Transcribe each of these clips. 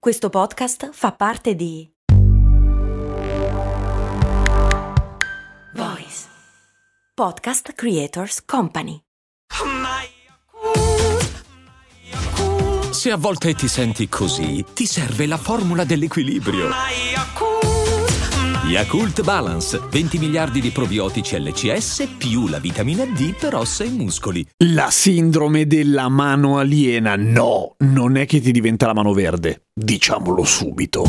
Questo podcast fa parte di Voice Podcast Creators Company. Se a volte ti senti così, ti serve la formula dell'equilibrio. Yakult Balance, 20 miliardi di probiotici LCS più la vitamina D per ossa e muscoli. La sindrome della mano aliena, no, non è che ti diventa la mano verde, diciamolo subito.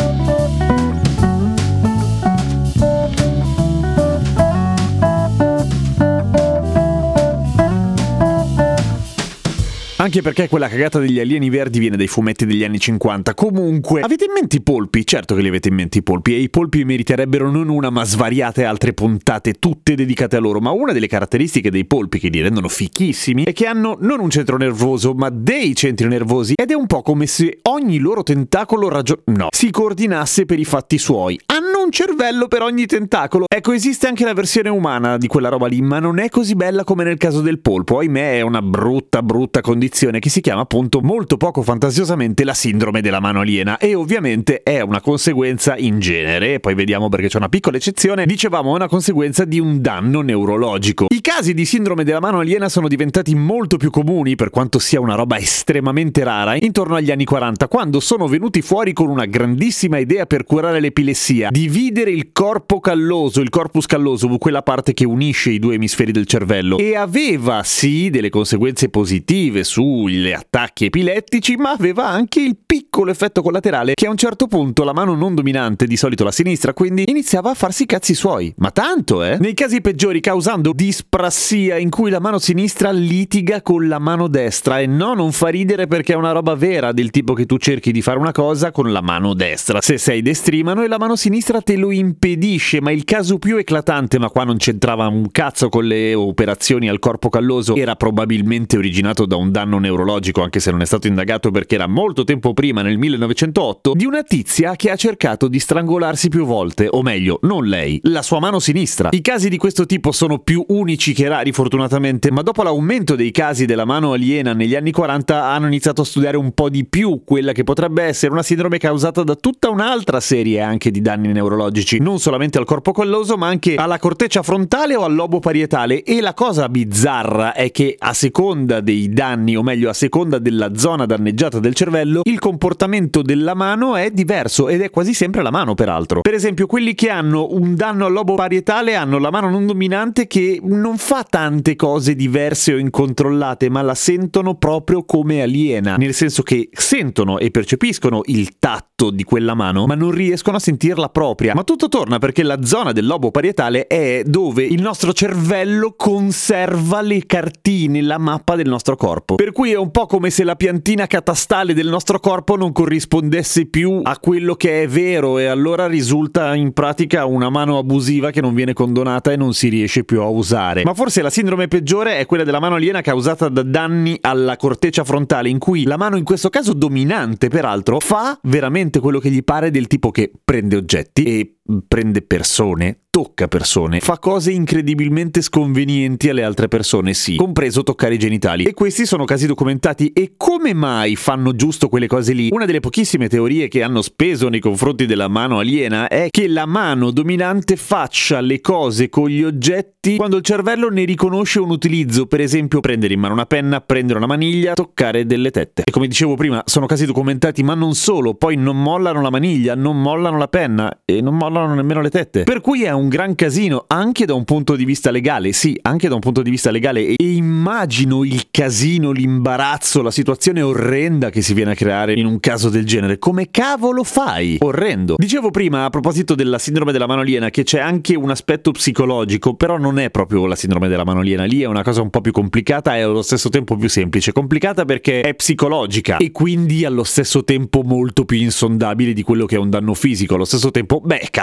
Anche perché quella cagata degli alieni verdi viene dai fumetti degli anni 50. Comunque, avete in mente i polpi? Certo che li avete in mente i polpi, e i polpi meriterebbero non una ma svariate altre puntate, tutte dedicate a loro. Ma una delle caratteristiche dei polpi che li rendono fichissimi è che hanno non un centro nervoso, ma dei centri nervosi, ed è un po' come se ogni loro tentacolo si coordinasse per i fatti suoi. Hanno un cervello per ogni tentacolo. Ecco, esiste anche la versione umana di quella roba lì, ma non è così bella come nel caso del polpo. Ahimè, è una brutta condizione che si chiama appunto molto poco fantasiosamente la sindrome della mano aliena, e ovviamente è una conseguenza in genere, poi vediamo perché c'è una piccola eccezione, dicevamo è una conseguenza di un danno neurologico. I casi di sindrome della mano aliena sono diventati molto più comuni, per quanto sia una roba estremamente rara, intorno agli anni 40, quando sono venuti fuori con una grandissima idea per curare l'epilessia: dividere il corpo calloso, il corpus calloso, quella parte che unisce i due emisferi del cervello, e aveva sì delle conseguenze positive sugli attacchi epilettici, ma aveva anche il piccolo effetto collaterale che a un certo punto la mano non dominante, di solito la sinistra, quindi iniziava a farsi i cazzi suoi. Ma tanto, nei casi peggiori causando disprassia, in cui la mano sinistra litiga con la mano destra. E no, non fa ridere perché è una roba vera, del tipo che tu cerchi di fare una cosa con la mano destra, se sei destrimano, e la mano sinistra te lo impedisce. Ma il caso più eclatante, ma qua non c'entrava un cazzo con le operazioni al corpo calloso, era probabilmente originato da un danno neurologico, anche se non è stato indagato perché era molto tempo prima, nel 1908, di una tizia che ha cercato di strangolarsi più volte, o meglio, non lei, la sua mano sinistra. I casi di questo tipo sono più unici che rari, fortunatamente, ma dopo l'aumento dei casi della mano aliena negli anni 40 hanno iniziato a studiare un po' di più quella che potrebbe essere una sindrome causata da tutta un'altra serie anche di danni neurologici, non solamente al corpo calloso ma anche alla corteccia frontale o al lobo parietale. E la cosa bizzarra è che a seconda dei danni, o meglio a seconda della zona danneggiata del cervello, il comportamento della mano è diverso, ed è quasi sempre la mano, peraltro. Per esempio, quelli che hanno un danno al lobo parietale hanno la mano non dominante che non fa tante cose diverse o incontrollate, ma la sentono proprio come aliena, nel senso che sentono e percepiscono il tatto di quella mano, ma non riescono a sentirla propria. Ma tutto torna perché la zona del lobo parietale è dove il nostro cervello conserva le cartine, la mappa del nostro corpo. Per cui è un po' come se la piantina catastale del nostro corpo non corrispondesse più a quello che è vero, e allora risulta in pratica una mano abusiva che non viene condonata e non si riesce più a usare. Ma forse la sindrome peggiore è quella della mano aliena causata da danni alla corteccia frontale, in cui la mano, in questo caso dominante peraltro, fa veramente quello che gli pare, del tipo che prende oggetti e prende persone, tocca persone, fa cose incredibilmente sconvenienti alle altre persone, sì, compreso toccare i genitali. E questi sono casi documentati. E come mai fanno giusto quelle cose lì? Una delle pochissime teorie che hanno speso nei confronti della mano aliena è che la mano dominante faccia le cose con gli oggetti quando il cervello ne riconosce un utilizzo, per esempio prendere in mano una penna, prendere una maniglia, toccare delle tette. E come dicevo prima, sono casi documentati, ma non solo, poi non mollano la maniglia, non mollano la penna e non mollano nemmeno le tette. Per cui è un gran casino anche da un punto di vista legale, sì, anche da un punto di vista legale. E immagino il casino, l'imbarazzo, la situazione orrenda che si viene a creare in un caso del genere. Come cavolo fai? Orrendo. Dicevo prima, a proposito della sindrome della mano aliena, che c'è anche un aspetto psicologico, però non è proprio la sindrome della mano aliena. Lì è una cosa un po' più complicata e allo stesso tempo più semplice. Complicata perché è psicologica e quindi allo stesso tempo molto più insondabile di quello che è un danno fisico. Allo stesso tempo,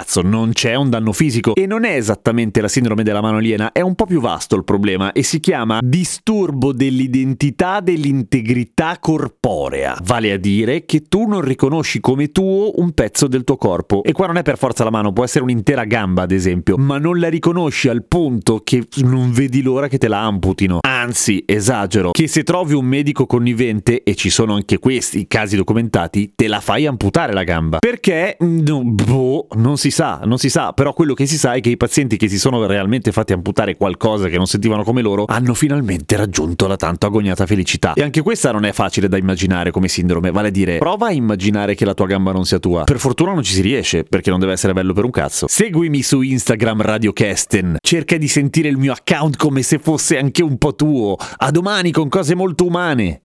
Ragazzo, non c'è un danno fisico e non è esattamente la sindrome della mano aliena, è un po' più vasto il problema e si chiama disturbo dell'identità dell'integrità corporea, vale a dire che tu non riconosci come tuo un pezzo del tuo corpo, e qua non è per forza la mano, può essere un'intera gamba ad esempio, ma non la riconosci al punto che non vedi l'ora che te la amputino. Anzi, esagero, che se trovi un medico connivente, e ci sono anche questi casi documentati, te la fai amputare la gamba. Perché? Non si sa, però quello che si sa è che i pazienti che si sono realmente fatti amputare qualcosa che non sentivano come loro hanno finalmente raggiunto la tanto agognata felicità. E anche questa non è facile da immaginare come sindrome, vale a dire, prova a immaginare che la tua gamba non sia tua. Per fortuna non ci si riesce, perché non deve essere bello per un cazzo. Seguimi su Instagram Radio Kesten, cerca di sentire il mio account come se fosse anche un po' tuo. A domani con cose molto umane.